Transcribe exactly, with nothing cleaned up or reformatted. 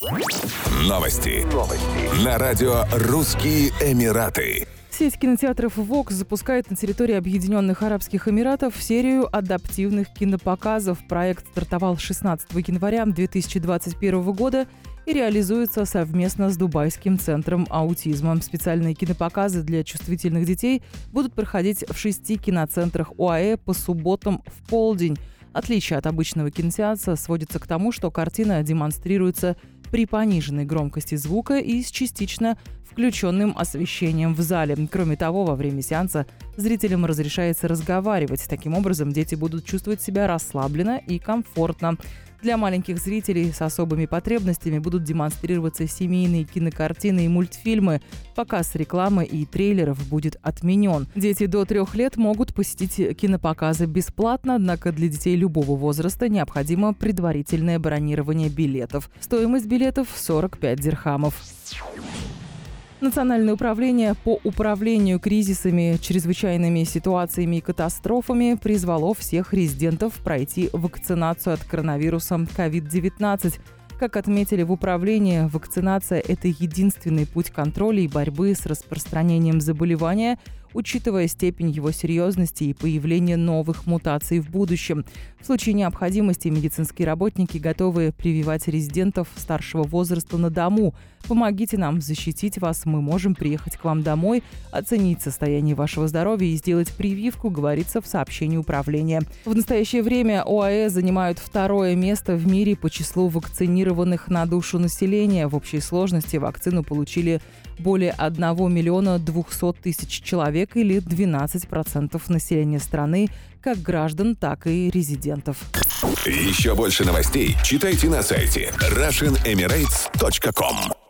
Новости. Новости. На радио «Русские Эмираты». Сеть кинотеатров «Вокс» запускает на территории Объединенных Арабских Эмиратов серию адаптивных кинопоказов. Проект стартовал шестнадцатого января две тысячи двадцать первого года и реализуется совместно с Дубайским центром аутизма. Специальные кинопоказы для чувствительных детей будут проходить в шести киноцентрах ОАЭ по субботам в полдень. Отличие от обычного кинотеатра сводится к тому, что картина демонстрируется при пониженной громкости звука и с частично включенным освещением в зале. Кроме того, во время сеанса зрителям разрешается разговаривать. Таким образом, дети будут чувствовать себя расслабленно и комфортно. Для маленьких зрителей с особыми потребностями будут демонстрироваться семейные кинокартины и мультфильмы. Показ рекламы и трейлеров будет отменен. Дети до трех лет могут посетить кинопоказы бесплатно, однако для детей любого возраста необходимо предварительное бронирование билетов. Стоимость билетов – сорок пять дирхамов. Национальное управление по управлению кризисами, чрезвычайными ситуациями и катастрофами призвало всех резидентов пройти вакцинацию от коронавируса ковид девятнадцать. Как отметили в управлении, вакцинация – это единственный путь контроля и борьбы с распространением заболевания, учитывая степень его серьезности и появление новых мутаций в будущем. В случае необходимости медицинские работники готовы прививать резидентов старшего возраста на дому. Помогите нам защитить вас, мы можем приехать к вам домой, оценить состояние вашего здоровья и сделать прививку, говорится в сообщении управления. В настоящее время ОАЭ занимают второе место в мире по числу вакцинированных на душу населения. В общей сложности вакцину получили более одного миллиона двухсот тысяч человек или двенадцать процентов населения страны, как граждан, так и резидентов. Еще больше новостей читайте на сайте Russian Emirates точка ком.